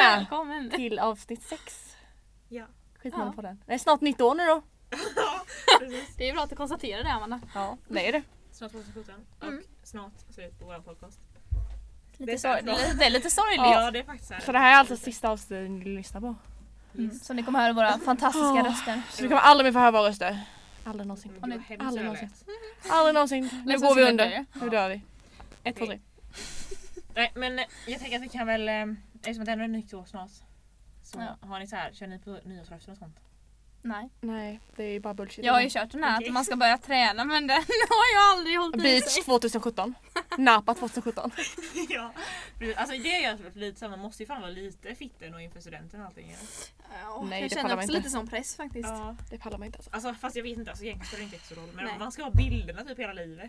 välkomna till avsnitt 6. Ja. Skitmål på den. Det är snart 90 år nu då. Det är bra att du konstaterar det, Amanda. Ja, det är det. Snart 2017 och snart slut på vår podcast. Det är lite sorgligt. Ja, det är faktiskt så här. Så det här är alltså sista avsnittet ni lyssnar på. Så ni kommer höra våra fantastiska röster. Så vi kommer aldrig mer få höra våra röster. Aldrig någonsin. Aldrig någonsin. Aldrig någonsin. Nu går vi under. Nu dör vi. 1, 2, 3. Nej, men jag tänker att vi kan väl, eftersom det är ett nytt år snart. Så har ni så här, kör ni på nyårslöften och sånt? Nej, det är bara bullshit. jag har ju kört den här att man ska börja träna, men den har jag aldrig hållit i Beach sig. 2017. Napa 2017. Ja, alltså det är lite så, man måste ju fan vara lite fitten och inför studenten och allting. Nej, jag det känner pallar man också inte. lite som press faktiskt. Ja. Det pallar man inte alltså. Alltså fast jag vet inte, alltså egentligen spelar det inte så roll. Men Nej. man ska ha bilderna typ hela livet.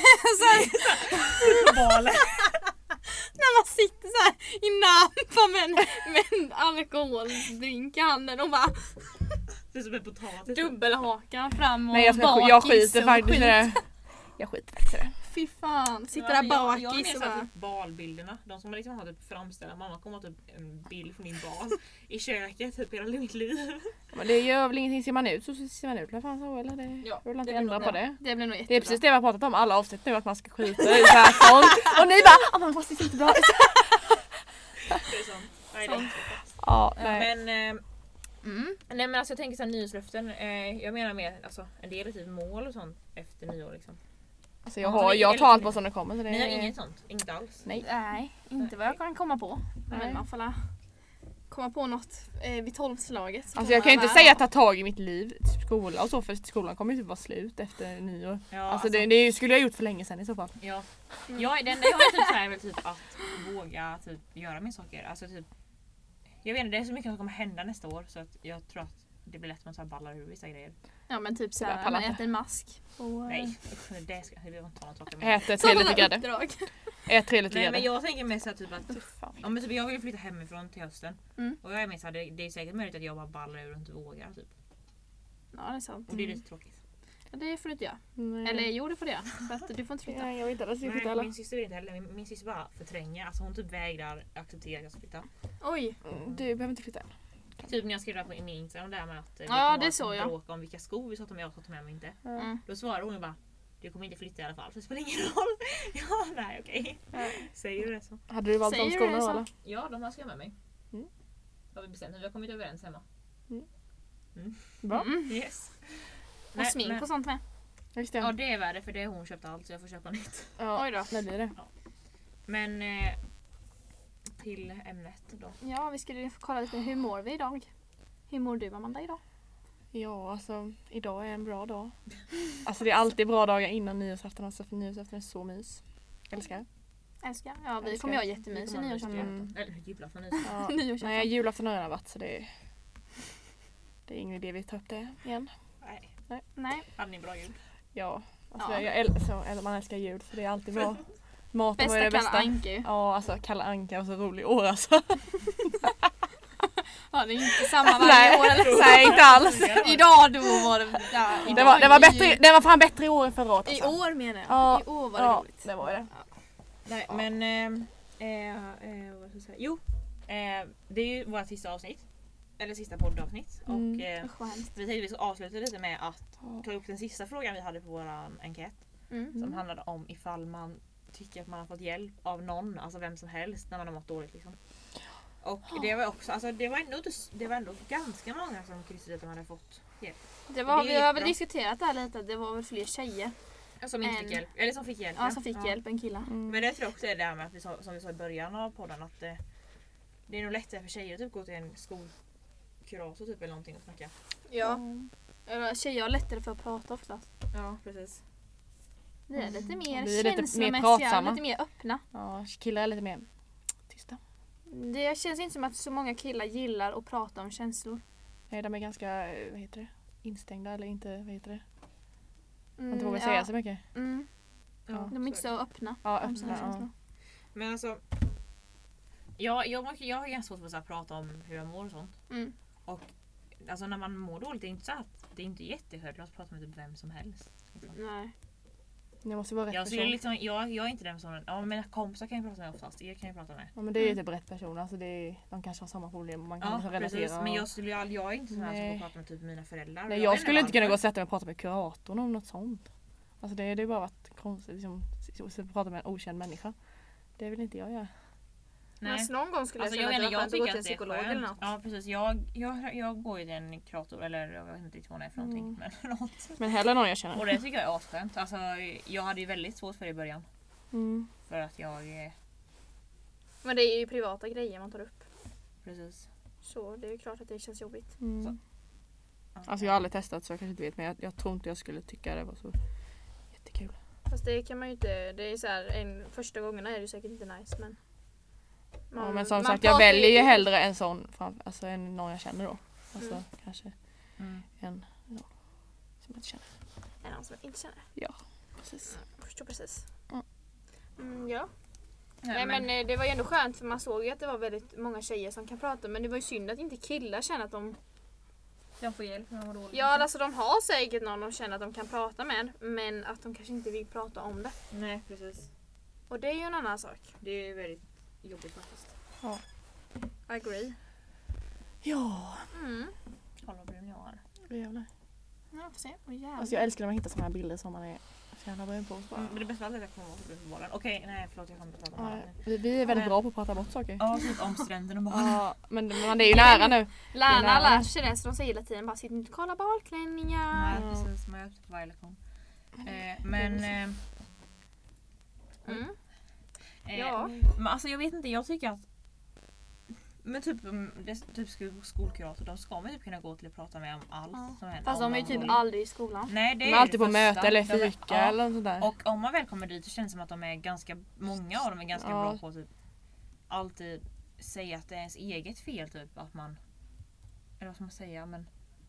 så, när man sitter så här i Napa med en alkoholdrink i handen och bara Det är som en potatis. dubbelhakan fram och Nej, jag skiter faktiskt i det. Jag skiter faktiskt i det. Fy fan, sitter där bakis jag och menar bara... typ balbilderna. De som man liksom har typ framställa. Mamma kommer ha typ en bild från din bal i köket typ hela mitt liv. Men det gör väl ingenting, ser man ut så ser man ut. Fan så, eller det, Ja, jag vill inte det ändra blir på nog det. Det blir nog jättebra. Det är precis det vi har pratat om alla avsnitt nu, att man ska skjuta ut så här sånt. Och ni bara, man måste se bra ut. Det är sånt. Nej, det är inte så. Ja, nej. Men nej men alltså jag tänker så här nyårslöften. Jag menar mer alltså en del är typ mål och sånt efter nyår liksom. Alltså jag tar allt på som det kommer. Så det Ni har inget sånt? Inget alls? Nej. Inte vad jag kan komma på. Nej. Men man får komma på något vid 12-slaget. Alltså jag kan ju inte säga att ta tag i mitt liv, typ skola och så, för skolan kommer ju typ vara slut efter nyår. Ja, alltså det skulle jag gjort för länge sedan i så fall. Ja. Ja, det enda jag har typ så här är väl typ att våga typ göra min saker. Alltså typ jag vet inte, det är så mycket som kommer hända nästa år så att jag tror att det blir lätt att man så här ballar ur vissa grejer. Ja men typ såhär, man äter en mask. Nej, det ska jag inte ta något tråkigt. Äter 3 liter grädde. Ät 3 liter Nej grädde. men jag tänker mer såhär typ att ja, men typ jag vill flytta hemifrån till hösten. Och jag är mer såhär, det är säkert möjligt att jag bara ballar ur och inte vågar typ. Ja det är sant. Och det är lite tråkigt. Ja, det får du inte göra. Nej. Eller jo det får du göra. För att du får inte flytta. Nej, jag vet inte, alltså, Nej, heller. min syster vet inte heller. Min syster bara förtränger. Alltså hon typ vägrar acceptera att jag ska flytta. Oj. Du behöver inte flytta än. Typ när jag skrev det på min Instagram där med att vi det är så, ja. bråka om vilka skor vi ska ta med och ta med mig inte. Mm. Då svarade hon bara, du kommer inte flytta i alla fall så det spelar ingen roll. Ja, nej okej. Säger du det så? Hade du valt de Säger du skorna det då så? eller? Ja, de här ska jag med mig. Mm. Har vi bestämt. Vi har kommit överens hemma. Bra. Yes. Och smink och sånt med. Just Ja, det. det är värre för det hon köpt allt så jag får köpa nytt. Ja, Oj då. det blir det. Men till ämnet då. Ja, vi skulle kolla lite hur mår vi idag. Hur mår du Amanda idag? Ja, alltså idag är en bra dag. Alltså det är alltid bra dagar innan nyårsafton. Alltså för nyårsafton är så mys. Älskar. Älskar. Ja, vi Älskar. kommer ha jättemys i nyårsafton. Eller julafton. Ja. Nyårsafton. Nej, julafton har jag varit så det är ingen idé vi tar upp det igen. Nej. Hade ni bra jul? Ja, alltså Ja. eller man älskar jul så det är alltid bra. Maten var ju Bästa det Kalle bästa. Anka. Ja, alltså Kalle Anka var så rolig år alltså. Ja, det är inte samma varje år eller? Nej, inte alls. Idag då var det... Ja, Det var fan bättre i år än förra året. I Alltså. år menar jag. Ja, I år var det roligt. det var det. Nej, men vad ska jag säga? Jo, det är ju vårt sista avsnitt. Eller sista poddavsnitt. Och Usch, vad hemskt. vi tänkte vi ska avsluta lite med att ta upp den sista frågan vi hade på våran enkät. Som handlade om ifall man tycker att man har fått hjälp av någon, alltså vem som helst, när man har mått dåligt liksom. Och det var också, alltså det var ändå ganska många som kryssade att de hade fått hjälp. Det var, Det är vi har väl jättebra. diskuterat det här lite, det var väl fler tjejer. Som inte fick hjälp, eller som fick hjälp. Ja, som fick hjälp än killar. Men det tror jag också är det här med att vi som vi sa i början av podden att det är nog lättare för tjejer att typ gå till en skolkurator typ eller någonting och snacka. Ja. Tjejer har lättare för att prata oftast. Ja, precis. Vi är lite mer Vi är lite mer känslomässiga, pratsamma. lite mer öppna. Ja, killar är lite mer tysta. Det känns inte som att så många killar gillar att prata om känslor. Nej, de är ganska, vad heter det? Instängda eller inte, vad heter det? Man inte vågar säga så mycket. Mm. Ja, De är inte så öppna. Ja, om sina öppna, känslor. Men alltså jag har ganska svårt för att så här prata om hur jag mår och sånt. Mm. Och alltså när man mår dåligt, det är inte så att det är inte jätteskönt att prata med typ vem som helst. Liksom. Nej. Det måste vara rätt Jag, person. liksom, jag är inte den personen. Ja, mina kompisar kan ju prata med oftast. Er kan ju prata med. Ja, men det är ju typ rätt person. Alltså de kanske har samma problem. Man kan liksom relatera. Precis. Men jag är inte sån här som får prata med typ mina föräldrar. Nej, jag skulle inte kunna gå och sätta mig och prata med kuratorn om något sånt. Alltså det är bara varit konstigt liksom, att prata med en okänd människa. Det vill inte jag göra. Nej. Men någon gång skulle jag känna att det var skönt att gå till en psykolog eller något. Ja precis, jag går ju till en kurator eller jag vet inte riktigt vad hon är för någonting. Men, något. Men hellre någon jag känner. Och det tycker jag är asskönt. Alltså, jag hade ju väldigt svårt för det i början. För att jag... Men det är ju privata grejer man tar upp. Precis. Så det är ju klart att det känns jobbigt. Alltså jag har aldrig testat så jag kanske inte vet. Men jag tror inte jag skulle tycka det var så jättekul. Fast det kan man ju inte. Det är så här, första gångerna är det ju säkert inte nice men... men som sagt jag väljer ju hellre en sån alltså än någon jag känner då. Alltså kanske en någon som jag inte känner. En någon som jag inte känner? Ja, precis. Jag förstår precis. Ja, nej men det var ju ändå skönt för man såg ju att det var väldigt många tjejer som kan prata men det var ju synd att inte killar känner att de får hjälp när de mår dåligt. Ja, alltså de har säkert någon de känner att de kan prata med men att de kanske inte vill prata om det. Nej, precis. Och det är ju en annan sak. Det är ju väldigt jobbigt faktiskt. Ja. Agree. Ja. Kolla vad brun jag har. Jävlar. Ja, får se. Jävlar. Alltså jag älskar när man hittar såna här bilder som man är så jävla brun på. Men det bästa är att jag kommer ihåg brun på bollen. Okej, nej förlåt jag kommer inte prata om det. Vi är väldigt bra på att prata bort saker. Ja, typ om stränderna och barn. Ja, men det är ju nära nu. Lärarna lär sig det så de säger hela tiden bara sitt inte och kolla balklänningar. Nej, precis. Man gör det på varje lektion. Men... Ja. Men alltså jag vet inte, jag tycker att men typ skolkurator, de ska man typ kunna gå till och prata med om allt som händer. Fast de är ju typ aldrig i skolan. Nej, det de är är alltid på första. möte eller fika eller något sånt där. Och om man väl kommer dit så känns det som att de är ganska, många av dem är ganska bra på att typ alltid säga att det är ens eget fel typ att man, eller vad ska man säga, men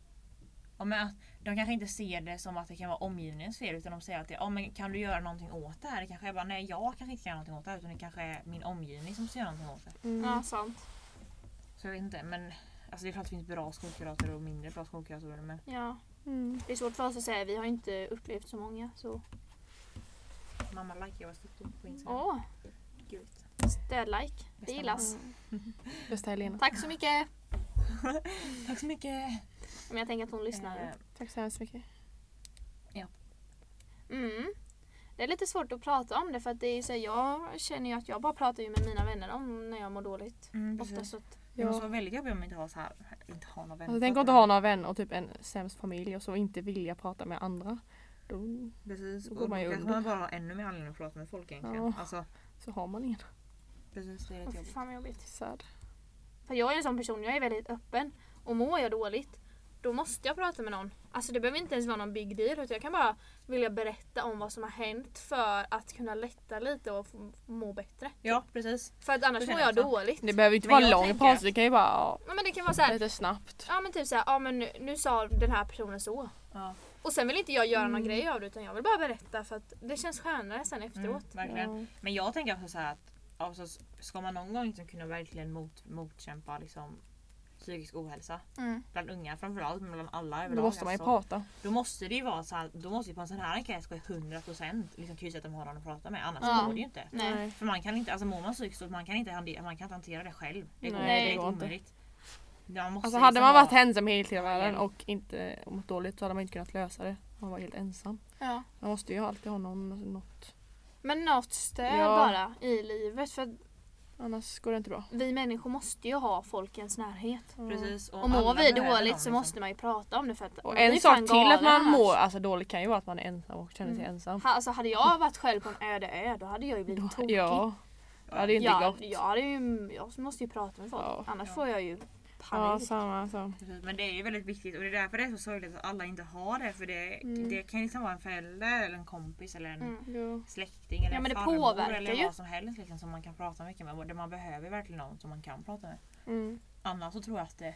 att de kanske inte ser det som att det kan vara omgivningens fel utan de säger att men kan du göra någonting åt det här? Det kanske är bara nej, jag kanske inte kan göra någonting åt det här utan det kanske är min omgivning som ska göra någonting åt det. Ja, sant. Så jag vet inte, men alltså det är klart att det finns bra skolkuratorer och mindre bra skolkuratorer men ja. Det är svårt för oss att säga, vi har inte upplevt så många så. Mamma likar vad stort på Instagram. Gud. Stödlike, det gillas. Bästa Helena. Tack så mycket. Tack så mycket. Men jag tänker att hon lyssnar. Tack så hemskt mycket. Ja. Det är lite svårt att prata om det för att det är så jag känner ju att jag bara pratar ju med mina vänner om när jag mår dåligt. Ofta så att det måste vara väldigt jobbigt om man inte har så här, inte har några vänner. Alltså, tänk att inte ha några vänner och typ en sämst familj och så inte vilja prata med andra. Precis. Då går man ju och under. man bara har ännu mer anledning att prata med folk egentligen. Ja. Alltså, Så har man ingen. precis, det är rätt jobbigt. fan vad jobbigt. Sad. För jag är en sån person, jag är väldigt öppen. Och mår jag dåligt, då måste jag prata med någon. Alltså det behöver inte ens vara någon big deal. Utan jag kan bara vilja berätta om vad som har hänt för att kunna lätta lite och må bättre. Ja, precis. För att annars mår jag dåligt. Det behöver inte Men vara jag lång tänker- paus, det kan ju vara Ja, men det kan vara så här, lite snabbt. ja men typ så här, ja men nu sa den här personen så. Ja. Och sen vill inte jag göra någon grej av det utan jag vill bara berätta för att det känns skönare sen efteråt. Verkligen. Ja. Men jag tänker också så här att alltså, ska man någon gång liksom kunna verkligen motkämpa liksom, psykisk ohälsa bland unga framförallt, men bland alla överlag. Då måste man ju prata. Då måste det ju vara så här, då måste ju på en sån här enkät ska 100% liksom kryssa att de har någon att prata med, annars går det ju inte. Nej. För man kan inte, alltså mår man psykiskt så man kan inte hantera det själv. Det går, Nej, det det är går inte. omöjligt. Man måste Alltså hade liksom man varit ha- ensam hela världen och inte mått dåligt så hade man inte kunnat lösa det. Man var helt ensam. Ja. Man måste ju alltid ha något. Men något stöd Ja. bara i livet för Annars går det inte bra. vi människor måste ju ha folkens närhet. Precis, Och mår alla vi behöver dåligt någon, så liksom. måste man ju prata om det för att Och man blir en fan sak till att man galen mår annars. alltså, dåligt kan ju vara att man är ensam och känner sig ensam. Alltså hade jag varit själv på en öde ö då hade jag ju blivit tokig. Ja, det hade inte gått. Jag måste ju prata med folk. Ja. Annars får jag ju Ja, panik. samma så. Precis, men det är ju väldigt viktigt och det är därför det är så sorgligt att alla inte har det. För det kan ju liksom vara en förälder eller en kompis eller en Ja. släkting eller Ja, men en det farmor påverkar eller ju. vad som helst liksom, som man kan prata mycket med. Och man behöver verkligen någon som man kan prata med. Annars så tror jag att det...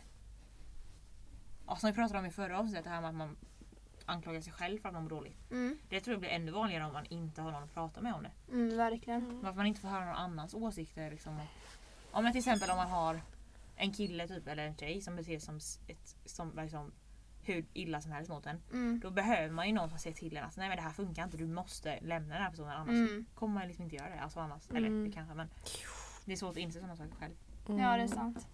Ja, som vi pratade om i förra avsnittet, det här med att man anklagar sig själv för att man mår dåligt. Det tror jag blir ännu vanligare om man inte har någon att prata med om det. Verkligen. Varför man inte får höra någon annans åsikter. Liksom. Om man till exempel om man har en kille typ, eller en tjej som beter sig som liksom, hur illa som helst mot en. Då behöver man ju någon som säger till en att nej men det här funkar inte, du måste lämna den här personen annars kommer man liksom inte göra det. Alltså annars, eller det kanske, men det är svårt att inse sådana saker själv. Ja, det är sant.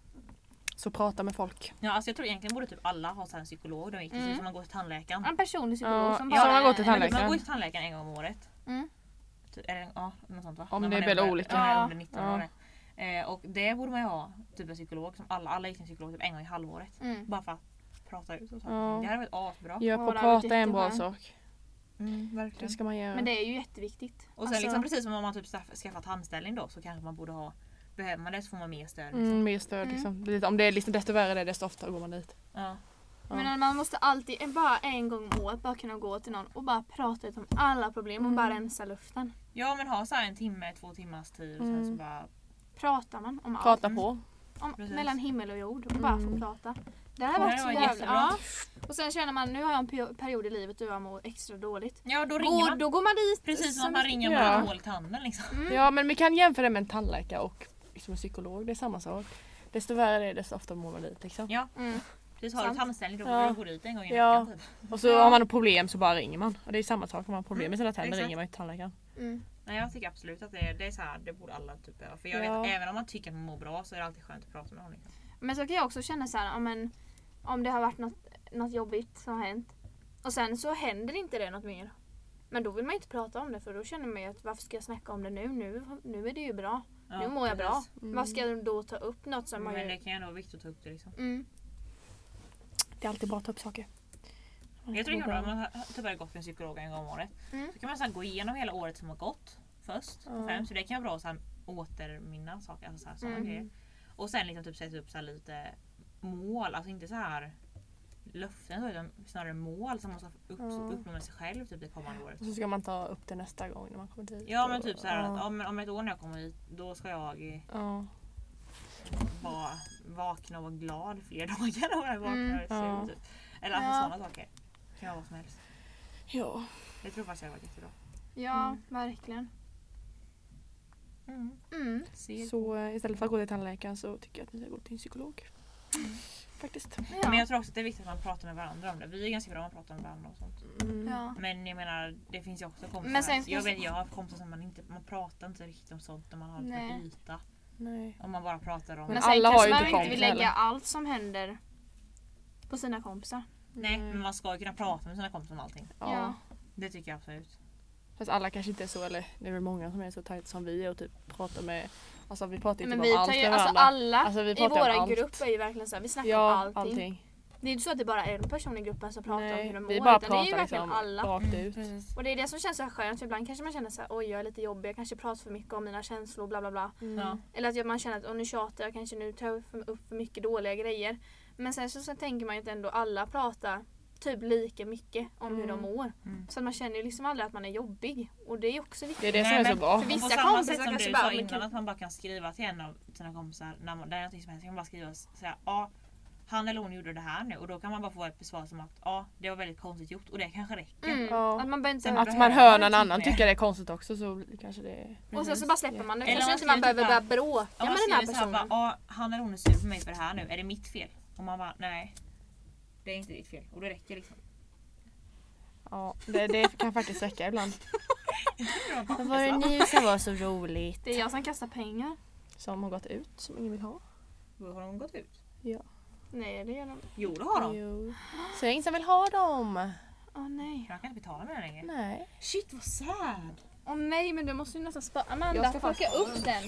Så prata med folk. Ja, alltså jag tror egentligen borde typ alla ha så här en psykolog. Det är viktigt, som man går till tandläkaren. En personlig psykolog som bara... man går till tandläkaren. Man går till tandläkaren en gång om året. Eller något sånt va? Om det är väldigt olika. Ja, under 19 år. Och det borde man ju ha, typ en psykolog som alla gick till en psykolog typ en gång i halvåret. Bara för att prata ut och så. Det hade varit asbra. Ja, på prata är en bra sak. Verkligen. Det ska man göra. Men det är ju jätteviktigt. Och sen liksom precis som om man typ skaffar tandställning då, så kanske man borde ha, behöver man det så får man mer stöd. Liksom. Mer stöd liksom. Om det är liksom desto värre det, desto oftare går man dit. Ja. Men man måste alltid, bara en gång om året, bara kunna gå till någon och bara prata ut om alla problem och bara rensa luften. Ja, men ha så här 1 timme, 2 timmars tid och sen så bara... Pratar man om prata allt. På. Mellan himmel och jord och bara få prata. Det här har varit så jävla bra. Och sen känner man, nu har jag en period i livet då jag mår extra dåligt. Ja, då ringer man. Då går man dit. Precis som man ringer om man har hål i tanden liksom. Ja, men vi kan jämföra det med en tandläkare och liksom en psykolog. Det är samma sak. Desto värre det är, desto oftare mår man dit liksom. Ja. Precis, har du tandställning då går du gå dit en gång i veckan typ. Och så har man problem så bara ringer man. Och det är samma sak, om man har problem med sina tänder ringer man till tandläkaren. Nej, jag tycker absolut att det är så här, det borde alla typ göra. För jag vet, även om man tycker att man mår bra så är det alltid skönt att prata med någon. Liksom. Men så kan jag också känna så här, om det har varit något jobbigt som har hänt. Och sen så händer inte det något mer. Men då vill man inte prata om det, för då känner man ju att varför ska jag snacka om det nu? Nu är det ju bra. Nu mår jag bra. Varför ska jag då ta upp något som man Men det kan ju vara viktigt att ta upp det liksom. Det är alltid bra att ta upp saker. Jag tror att man har tyvärr gått för en psykolog en gång om året. Så kan man så här gå igenom hela året som har gått först. Främst, så det kan vara bra att så här återminna saker, alltså så här, såna grejer. Och sen liksom typ sätta upp så här lite mål, alltså inte så här löften utan snarare mål som man ska uppnå med sig själv typ det kommande året. Och så ska man ta upp det nästa gång när man kommer dit. Ja, men typ så här att om ett år när jag kommer hit, då ska jag vakna och vara glad fler dagar och jag vaknar typ. Eller alltså sådana saker. Det kan vara vad som helst. Ja. Det tror jag faktiskt jag var jättebra. Ja, verkligen. Så istället för att gå till tandläkaren så tycker jag att ni ska gå till en psykolog. Faktiskt. Ja. Men jag tror också att det är viktigt att man pratar med varandra om det. Vi är ganska bra att prata med varandra och sånt. Ja. Men jag menar, det finns ju också kompisar. Men sen, jag har kompisar som man pratar inte riktigt om sånt när man har en yta. Nej. Om man bara pratar om... Men sen alla har ju inte man vill lägga allt som händer på sina kompisar. Nej, men man ska ju kunna prata med sina kompisar om allting. Ja. Det tycker jag absolut. Fast alla kanske inte är så, eller det är väl många som är så tajt som vi är och typ pratar med, alltså vi pratar inte om allt med varandra. Alla i våra grupp är ju verkligen så här, vi snackar om allting. Det är inte så att det bara är en person i gruppen som pratar om hur de mår, vi bara utan det är ju verkligen liksom alla. Rakt ut. Och det är det som känns så här skönt, för ibland kanske man känner så här, oj jag är lite jobbig, jag kanske pratar för mycket om mina känslor, bla bla bla. Eller att man känner att nu tjatar jag, kanske nu tar jag upp för mycket dåliga grejer. Men sen så tänker man ju att ändå alla pratar typ lika mycket om hur de mår. Så att man känner ju liksom aldrig att man är jobbig. Och det är ju också viktigt. Det är det som är så bra. För vissa kompisar som du sa innan, att man bara kan skriva till en av sina kompisar när det är någonting som helst, kan man bara skriva och säga han eller hon gjorde det här nu, och då kan man bara få ett besvar som att det var väldigt konstigt gjort, och det kanske räcker. Att man hör någon annan tycka det är konstigt också, så kanske det är... Och sen så bara släpper man det. Kanske inte man behöver börja bråka med den här personen. Bara, han eller hon är sur på mig för det här nu, är det mitt fel? Och man bara, nej, det är inte ditt fel, och det räcker liksom. Ja, det kan faktiskt räcka ibland. Vad var det nu som var så roligt? Det är jag som kastar pengar. Som har gått ut, som ingen vill ha. Har de gått ut? Ja. Nej, det gör de. Jo, det har de. Jo. Så jag ingen vill ha dem. Nej. Jag kan inte betala med det längre. Nej. Shit, vad sad. Nej, men du måste ju nästan spara. Amanda, får plocka upp den.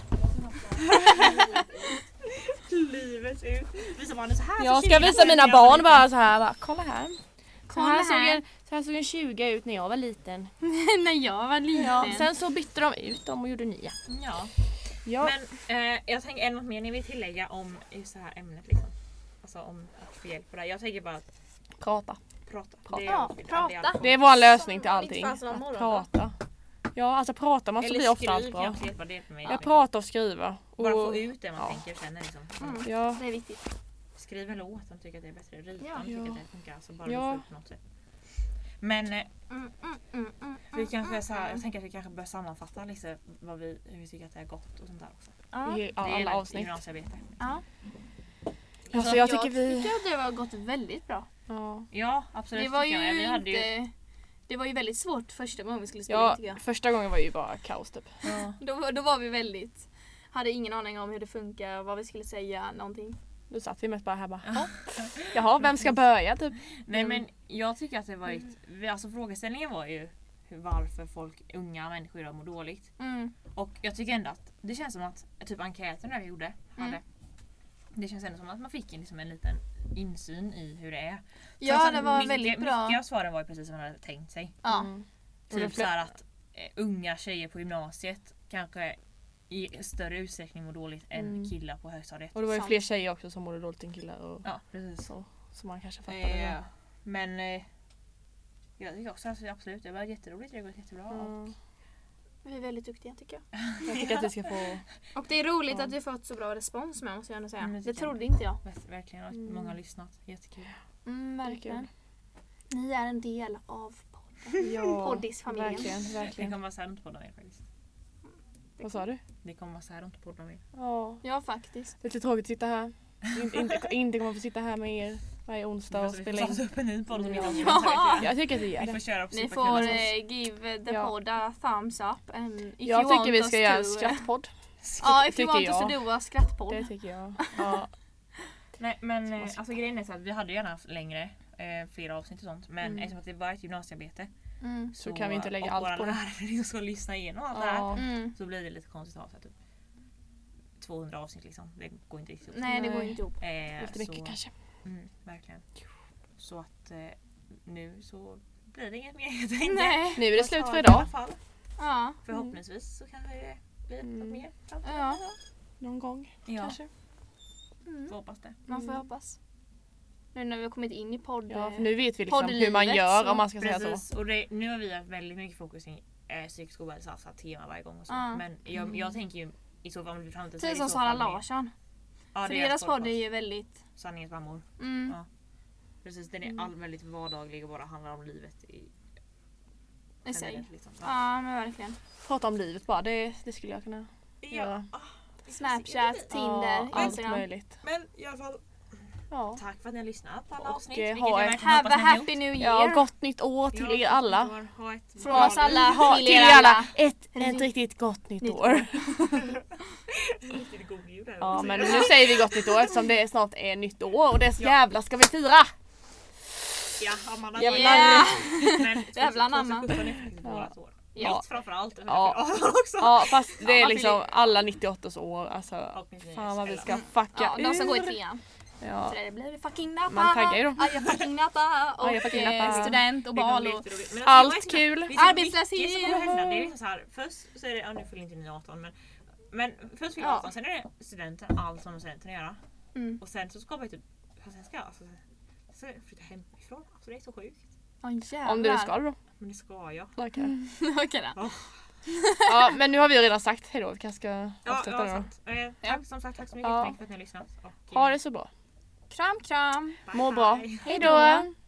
Livet ut. Visa barnen så här. Jag ska visa mina barn bara så här. Bara, kolla här. Så här såg en 20 ut när jag var liten. När jag var liten. Ja, sen så bytte de ut dem och gjorde nya. Ja. Men jag tänker något mer ni vill tillägga om just det här ämnet liksom. Alltså om att få hjälp på det. Jag tänker bara att prata. Det är vår lösning till allting. Att prata. Ja, alltså pratar man så blir ofta allt bra. Jag pratar och skriva. Och bara få ut det man tänker och känner liksom. Ja. Det är viktigt. Skriv en låt, de tycker att det är bättre. Ritan tycker att det funkar. Så bara få ut på något sätt. Men vi kanske så här, jag tänker att vi kanske bör sammanfatta lite hur vi tycker att det är gott och sånt där också. Alla avsnitt. Gymnasiearbete. Ja. Alltså jag tycker vi... tycker att det har gått väldigt bra. Ja, absolut. Det var tycker jag. Vi hade ju... Det var ju väldigt svårt första gången vi skulle spela, tycker jag. Första gången var ju bara kaos typ. Ja. Då var vi väldigt... Hade ingen aning om hur det funkar, vad vi skulle säga, någonting. Då satt vi mest bara här bara, jaha, vem ska börja typ? Nej men jag tycker att det var alltså frågeställningen var ju varför unga människor idag mår dåligt. Och jag tycker ändå att det känns som att typ enkäten där vi gjorde det känns ändå som att man fick liksom en liten insyn i hur det är. Ja, det var väldigt bra. Mycket av svaren var ju precis som man hade tänkt sig. Ja. Typ så här att unga tjejer på gymnasiet kanske i större utsträckning mår dåligt än killar på högstadiet. Och det var ju fler tjejer också som mådde dåligt än killar. Och ja, precis. Så man kanske fattade. Men jag tycker också att absolut, det var jätteroligt, det har gått jättebra. Och vi är väldigt duktiga, tycker jag. Jag tycker att vi ska få... Och det är roligt att vi fått så bra respons med, måste jag ändå säga. Det trodde inte jag. Verkligen, och många har lyssnat. Jättekul. Verkligen. Ni är en del av podden. Ja, Poddis-familjen. Det Verkligen. kommer vara så här runt podden med faktiskt. Vad sa du? Det kommer vara så här runt podden med. Ja, faktiskt. Det är lite tråkigt att sitta här. inte kommer få sitta här med er varje onsdag och spela in. Vi får upp en ny podd som jag tycker att vi gör vi får det. köra på Ni får give the pod a thumbs up. Jag tycker vi ska göra en skrattpodd. Ja, if you want us to do a skrattpodd. Det tycker jag. Ja. Nej men alltså grejen är så att vi hade gärna längre flera avsnitt och sånt. Men eftersom att det var ett gymnasiearbete så kan vi inte lägga allt på det. Och våra ska lyssna igenom allt det här. Så blir det lite konstigt att ha typ 200 avsnitt liksom. Det går inte riktigt ihop. Nej, det går inte ihop. Lite mycket kanske. Verkligen. Så att nu så blir det inget mer helt enkelt. Nej. Nu är det slut för idag. Ja. Förhoppningsvis så kanske det blir något mer framtiden. Ja. Någon gång kanske. Får hoppas det. Man får hoppas. Nu när vi har kommit in i podd. Ja, för nu vet vi liksom hur man gör om man ska säga så. Och nu har vi haft väldigt mycket fokus i psykisk ohälsa, alltså tema varje gång och så. Men jag tänker ju i så fall om vi framtiden. Precis som Sara Larsson. Ja, för deras podd är ju väldigt... Sanningens mammor. Ja. Precis, den är väldigt vardaglig och bara handlar om livet i sig. Liksom. Ja, men verkligen. Prata om livet bara, det skulle jag kunna göra. Snapchat, Tinder, allt möjligt. Men i alla fall, tack för att ni har lyssnat på alla avsnitt. Have a happy new year. Ja, gott nytt år till er alla. Från oss alla till er alla. Ett riktigt gott nytt år. Ja, men nu säger vi gott nytt år eftersom det snart är nytt år och det jävlar ska vi fira. Jävlar namn. Ja, framförallt. Ja, fast det är liksom alla 98 år. Alltså, fan vad vi ska fucka ur. De som går i trean. Ja. Så det blir fucking nappa. Man taggar ju då. Aja fucking nappa. Och student och bal och allt kul. Arbetslöshet. Det är liksom så här, först så är det, nu fyller inte ni 18 men först fyller 18, sen är det studenten, allt som studenten göra. Och sen så ska vi typ, sen ska jag flytta hemifrån. Alltså det är så sjukt. Om du ska då. Men det ska jag. Okej. Okej då. Ja, men nu har vi redan sagt hej då. Vi kanske ska avsluta då. Tack som sagt, tack så mycket för att ni har lyssnat. Ha det så bra. Kram, kram. Må bra. Hej då.